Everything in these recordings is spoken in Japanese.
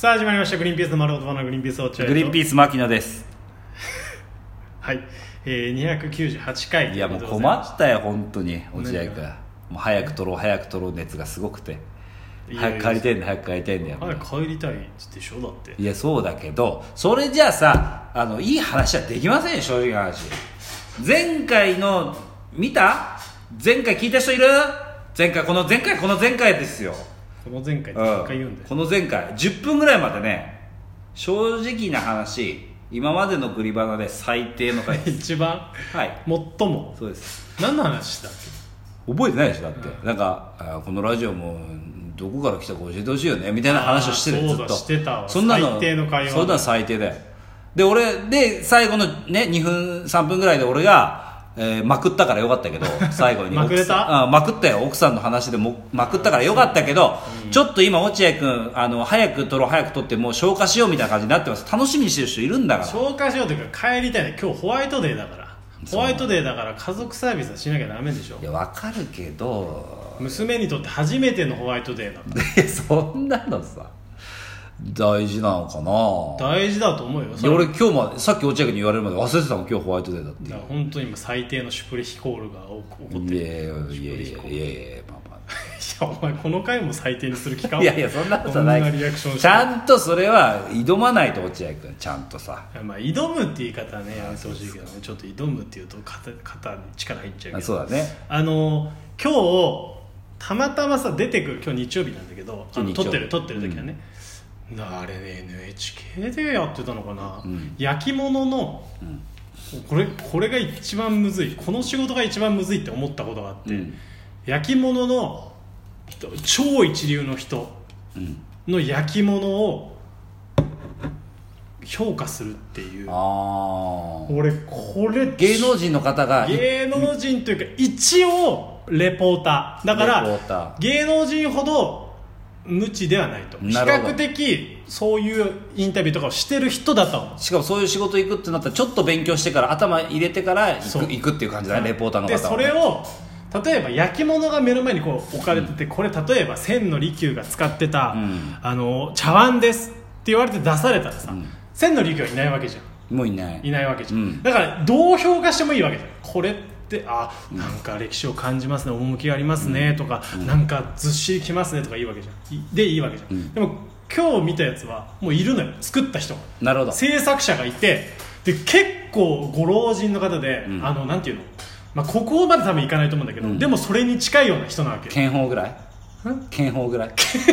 さあ始まりました。グリーンピースの丸言葉のグリーンピース落合とグリーンピース牧野ですはい、298回。 いやもう困ったよ本当に落合君。もう早く撮ろう熱がすごくて、早く帰りたいんだ早く帰りたいでしょ。だっていやそうだけど、それじゃあさ、いい話はできませんよ、正直な話。前回の見た？前回聞いた人いる？この前回ですよ。 この前回って1回言うんだよ、 この前回10分ぐらいまでね、正直な話、今までのグリバナで最低の回です一番、 はい、 最も。 そうです。 何の話したっけ？ 覚えてないでしょ。だって、なんかこのラジオもどこから来たか教えてほしいよねみたいな話をしてる。ずっとしてたわ。 そんなの最低の会話。 そんなの最低だよ。で俺で最後のね2分3分ぐらいで俺がまくったからよかったけど、最後にまくれた？ まくったよ。奥さんの話でもまくったからよかったけど、ちょっと今落合君早く撮ってもう消化しようみたいな感じになってます。楽しみにしてる人いるんだから。 消化しようというか帰りたいね。今日ホワイトデーだから。ホワイトデーだから家族サービスはしなきゃダメでしょ。 いや分かるけど、 娘にとって初めてのホワイトデーだから。 そんなのさ大事なのかな。 大事だと思うよ。 いや俺今日もさっき落合君に言われるまで忘れてたもん、今日ホワイトデーだっていう。 だから本当に今最低のシュプレヒコールが起こってる。 いやまあいやお前この回も最低にする気か。 いやそんなことない。 こんなリアクションしてちゃんとそれは挑まないと落合君ちゃんとさ。 まあ挑むって言い方はねやめてほしいけどね。ちょっと挑むっていうと肩に力入っちゃうけど。 そうだね。 今日たまたまさ出てくる、今日日曜日なんだけど、撮ってる時はね、あれね NHK でやってたのかな、焼き物の、これが一番むずい、この仕事が一番むずいって思ったことがあって、焼き物の超一流の人の焼き物を評価するっていう。俺これ芸能人の方が、 芸能人というか一応レポーターだから芸能人ほど無知ではないと。比較的そういうインタビューとかをしてる人だと思う。 しかもそういう仕事行くってなったらちょっと勉強してから頭入れてから行くっていう感じだね、レポーターの方は、ね、 でそれを例えば焼き物が目の前にこう置かれてて、これ例えば千利休が使ってた、茶碗ですって言われて出されたらさ、千利休はいないわけじゃん。 もういないわけじゃん、だからどう評価してもいいわけじゃん。これってなんか歴史を感じますね、趣がありますねとか、なんかずっしりきますねとかいいわけじゃん。でいいわけじゃん、でも今日見たやつはもういるのよ、作った人が。 なるほど。 制作者がいて、で結構ご老人の方で、なんていうの、国宝まで多分いかないと思うんだけど、でもそれに近いような人なわけ。 憲法ぐらい憲法国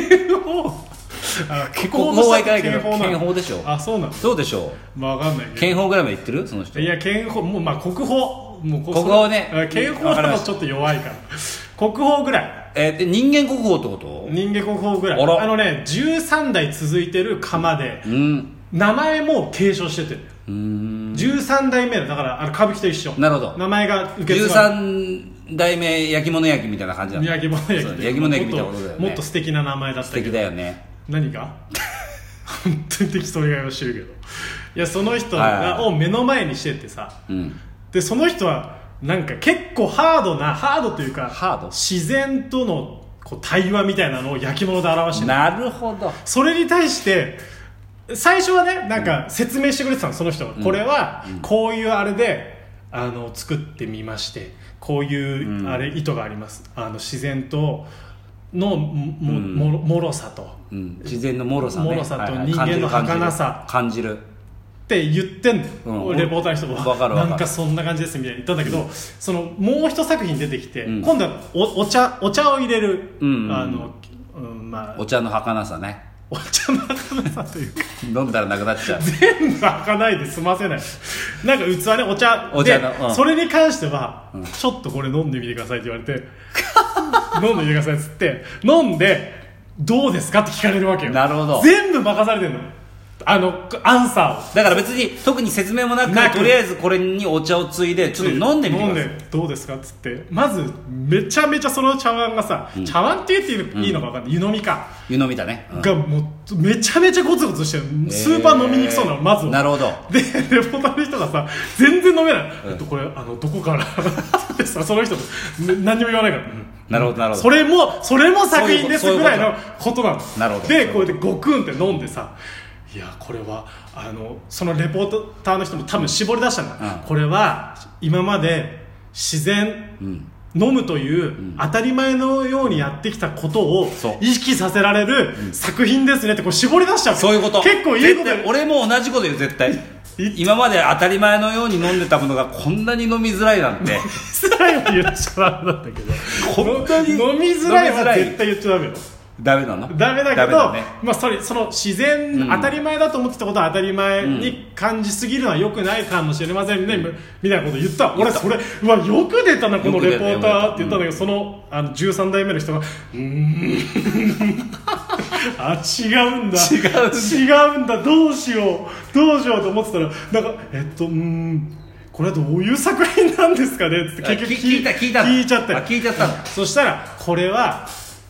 宝はいかないけど憲法でしょ。 そうなんだ。 そうでしょう。 分かんないけど憲法ぐらいまでいってるその人。 いや憲法もう国宝もう国宝ね。 憲法だとちょっと弱いから国宝ぐらい。 で人間国宝ってこと？ 人間国宝ぐらい。13代続いてる窯で、名前も継承しててる。13代目だから歌舞伎と一緒。 なるほど。 名前が受け継がれる。 13代目焼き物焼きみたいな感じなの。 焼き物焼きみたいなことだよね。 もっと素敵な名前だったけど。 素敵だよね。 何が本当に適当にをしてるけど、いやその人を目の前にしてってさ、でその人はなんか結構ハードというか自然とのこう対話みたいなのを焼き物で表してる。 なるほど。 それに対して最初はねなんか説明してくれてたの、その人が。これはこういうあれで作ってみまして、こういうあれ意図があります。自然とのもろさと、 自然のもろさね、 と人間の儚さ感じるって言ってんだよ、レポーターの人が。なんかそんな感じですみたいに言ったんだけど、そのもう一作品出てきて、今度はお茶を入れる、 お茶の儚さね。 お茶の儚さというか飲んだらなくなっちゃう。 全部開かないで済ませない。なんか器ね、お茶で、それに関しては、ちょっとこれ飲んでみてくださいって言われて飲んでみてくださいっつって飲んで、どうですかって聞かれるわけよ。 なるほど。 全部任されてるの。 アンサーをだから別に特に説明もなくとりあえずこれにお茶をついでちょっと飲んでみてください。 飲んでどうですかっつって、まずめちゃめちゃその茶碗がさ、茶碗って言っていいのか分かんない、湯飲みか湯飲みだね、 がもうめちゃめちゃゴツゴツしてる、スーパー飲みにくそうなのまずは。 なるほど。 でレポーターの人がさ全然飲めない、これどこからってさその人何にも言わないから、 なるほどなるほど、 それも作品ですぐらいのことなの。 なるほど。 でこうやってゴクンって飲んでさ、いやこれはそのレポーターの人も多分絞り出したんだ、これは今まで自然、飲むという当たり前のようにやってきたことを意識させられる作品ですねってこう絞り出しちゃう。 そういうこと。 結構いいこと俺も同じこと言う絶対今まで当たり前のように飲んでたものがこんなに飲みづらいなんて飲みづらいは言っちゃダメなんだけど本当に飲みづらいは絶対言っちゃダメよ。 ダメなの？ ダメだけど、 ね、 まあ、その自然、当たり前だと思ってたことは当たり前に感じすぎるのは良くないかもしれませんね、みたいなこと言った。俺それうわよく出たなこのレポーターって言ったんだけど、その13代目の人があ違うんだどうしようと思ってたらなんかこれはどういう作品なんですかねって結局聞いちゃったの。そしたらこれは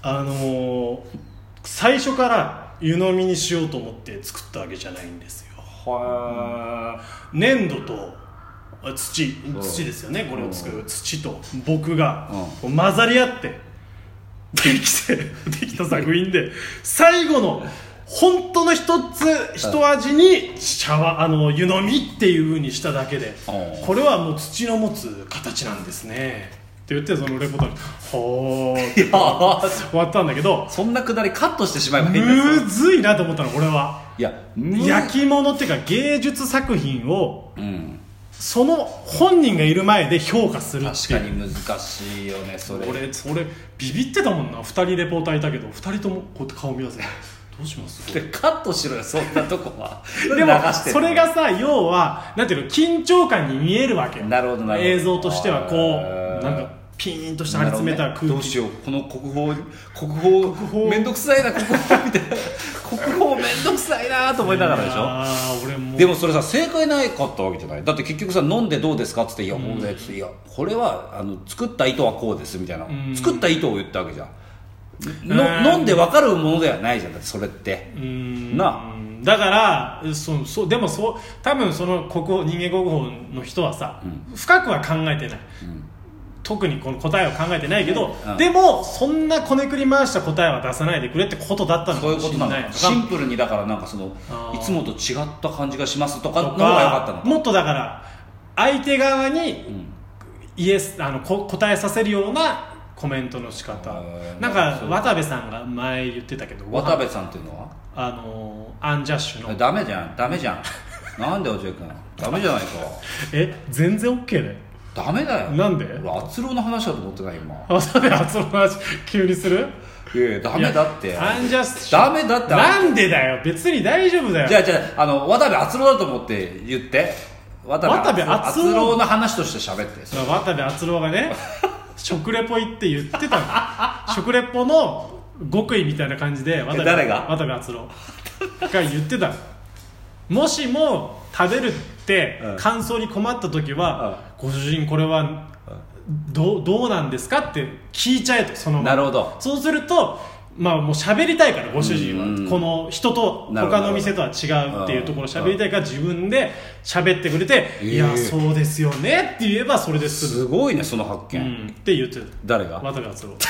最初から湯飲みにしようと思って作ったわけじゃないんですよ。粘土と土ですよね。これを作る土と僕が混ざり合ってできた作品で、最後の本当の一味に湯飲みっていう風にしただけで、これはもう土の持つ形なんですねって言って、そのレポーターにはー終わったんだけど、 そんなくだりカットしてしまえばいいんですよ。 むずいなと思ったのこれは。 いや焼き物っていうか芸術作品を、その本人がいる前で評価するっていう。 確かに難しいよねそれ。 俺ビビってたもんな。2人レポーターいたけど2人ともこうやって顔見合わせてどうしますでカットしろよそんなとこはでもそれがさ要はなんていうの緊張感に見えるわけよ。 なるほど映像としてはこうなんかピーンとした張り詰めた空気、 どうしようこの国宝めんどくさいな国宝みたいな国宝めんどくさいなと思いながらでしょ。 俺もでもそれさ正解ないかったわけじゃない。だって結局さ飲んでどうですかっつっていやこれは作った意図はこうですみたいな、作った意図を言ったわけじゃん。飲んで分かるものではないじゃん。だってそれってなだからでも多分その人間国宝の人はさ、深くは考えてない、特にこの答えを考えてないけど、でもそんなこねくり回した答えは出さないでくれってことだったのかもしれない。 シンプルにだからなんかいつもと違った感じがしますとかの方が良かったのか。 もっとだから相手側に答えさせるようなコメントの仕方。なんか渡部さんが前言ってたけど、 渡部さんっていうのはアンジャッシュのダメじゃんなんで落合君ダメじゃないか全然 OK だよ。 ダメだよ。 なんで厚労の話だと思ってない今。 渡部厚労の話急にする。 ダメだってアンジャッシュダメだって。 なんでだよ別に大丈夫だよ。 じゃあ渡部厚労だと思って言って。渡部厚労の話として喋って。 渡部厚労がね食レポ行って言ってたの食レポの極意みたいな感じで誰が渡部厚労が言ってた。もしも食べるって感想に困った時は、ご主人これはどうなんですかって聞いちゃえと。そのまま。 なるほど。 そうするともう喋りたいからご主人はこの人と他の店とは違うっていうところ喋りたいから自分で喋ってくれて、いやそうですよねって言えばそれですすごいねその発見、 って言ってた。 誰が？ 渡部厚労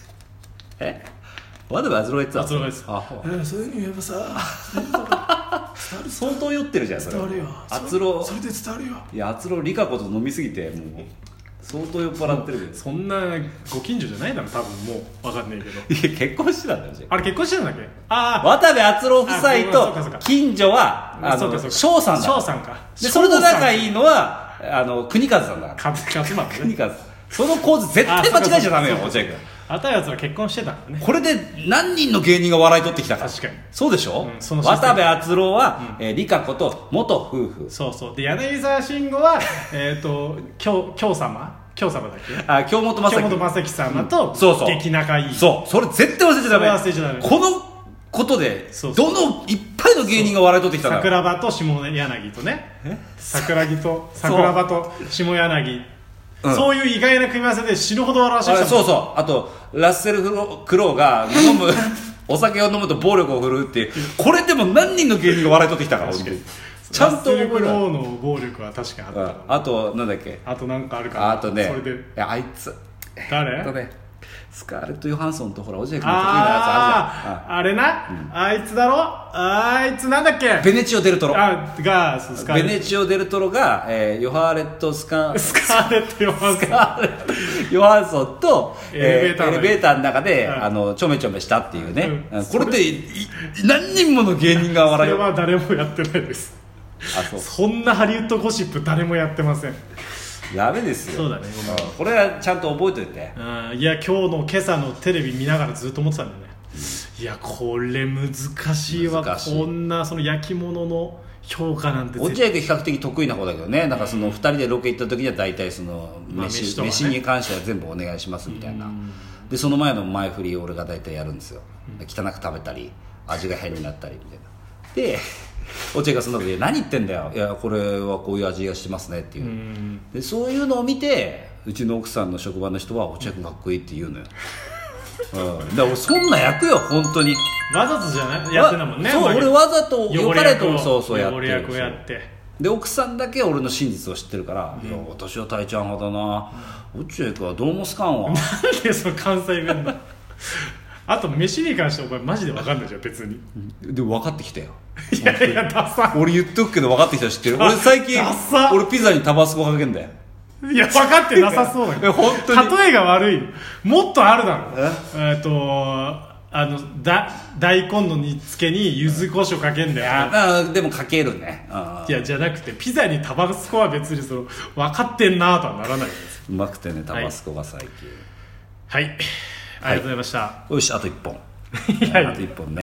渡部厚労言ってた。 厚労が言ってた。そういうの言えばさ相当酔ってるじゃんそれ。 伝わるよ厚労。 それで伝わるよ。 いや厚労理香子と飲みすぎてもう相当酔っ払ってるけど。 そんなご近所じゃないだろ多分もう分かんないけど。 いや結婚してたんだよ。 あれ結婚してたんだっけ。 渡部厚労夫妻と近所は翔さんだ。 翔さんか。 でそれと仲いいのは国和さんだ。 勝間ね。 国和。その構図絶対間違えちゃダメよ落合君。 あたやつは結婚してたんだね。 これで何人の芸人が笑い取ってきたか。 確かにそうでしょ、渡部厚労は理香子と元夫婦。 そうで柳沢慎吾は京様だっけ。京本正樹様と激仲いい。 それ絶対忘れちゃダメ。 忘れちゃダメ。 このことでどのいっぱぱいの芸人が笑い取ってきたんだよ。 桜庭と下柳とね、桜庭と下柳、そういう意外な組み合わせで死ぬほど笑わせてきたもん。 そうそう。あとラッセル・クロウが飲むお酒を飲むと暴力を振るうっていう、これでも何人の芸人が笑い取ってきたから。 確かにちゃんと覚えラッセル・クロウの暴力は確かにあった。 あとなんだっけ、 あとなんかあるかな。 あとね、 それであいつ誰？ スカーレット・ヨハンソンとほら落合君の得意なやつああれな、あいつだろ、あいつなんだっけ、 るじゃん。ベネチオ・デルトロがスカーレットベネチオ・デルトロが、ヨハーレット・スカーレット・ヨハンソンヨハンソンと、 エレベーターの中で、ちょめちょめしたっていうね、これで何人もの芸人が笑いそれは誰もやってないです。そんなハリウッドゴシップ誰もやってません。 ダメですよ。 そうだね、 これはちゃんと覚えておいて。 いや、今朝のテレビ見ながらずっと思ってたんだよね、いやこれ難しいわ。こんなその焼き物の評価なんて。 落合君比較的得意な方だけどね、なんかその2人でロケ行った時には大体その飯に関しては全部お願いしますみたいな。でその前の前振りを俺が大体やるんですよ。汚く食べたり味が変になったりみたいな。で落合がその時で何言ってんだよ、いやこれはこういう味がしてますねっていう、でそういうのを見てうちの奥さんの職場の人は落合君かっこいいって言うのよ、だから俺そんな役よ本当に。 わざとじゃないやってたもんね。 そう、俺わざと良かれとそうやってる。 役をやってで奥さんだけ俺の真実を知ってるから、いや私はタイちゃん派だな、落合君はどうもすかんわ。 なんでその関西弁だあと飯に関してお前マジで分かんないじゃん別に。 でも分かってきたよ。 いやいやダサ。 俺言っとくけど分かってきたの知ってる。俺最近俺ピザにタバスコかけんだよ。 いや分かってなさそうだけど本当に例えが悪い。もっとあるだろ。大根の煮付けに柚子胡椒かけんだよ。 でもかけるね。 いやじゃなくてピザにタバスコは別にその分かってんなとはならないです。 うまくてねタバスコが最近。 はい、ありがとうございました。 よしあと1本。あと1本ね。